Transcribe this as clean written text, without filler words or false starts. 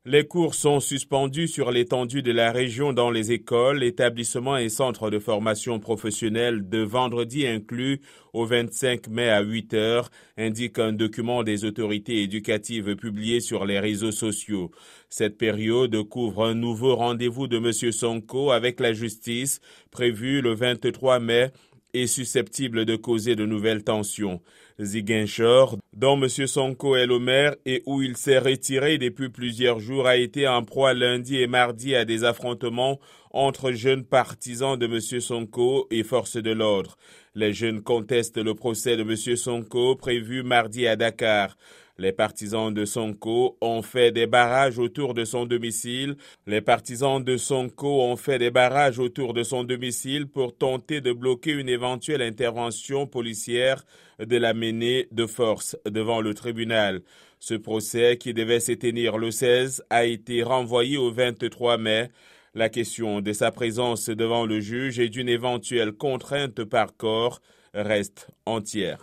Les cours sont suspendus sur l'étendue de la région dans les écoles, établissements et centres de formation professionnelle de vendredi inclus au 25 mai à 8 heures, indique un document des autorités éducatives publié sur les réseaux sociaux. Cette période couvre un nouveau rendez-vous de M. Sonko avec la justice, prévu le 23 mai, est susceptible de causer de nouvelles tensions. Ziguinchor, dont M. Sonko est le maire et où il s'est retiré depuis plusieurs jours, a été en proie lundi et mardi à des affrontements entre jeunes partisans de M. Sonko et forces de l'ordre. Les jeunes contestent le procès de M. Sonko prévu mardi à Dakar. Les partisans de Sonko ont fait des barrages autour de son domicile. Pour tenter de bloquer une éventuelle intervention policière de la mener de force devant le tribunal. Ce procès, qui devait se tenir le 16, a été renvoyé au 23 mai. La question de sa présence devant le juge et d'une éventuelle contrainte par corps reste entière.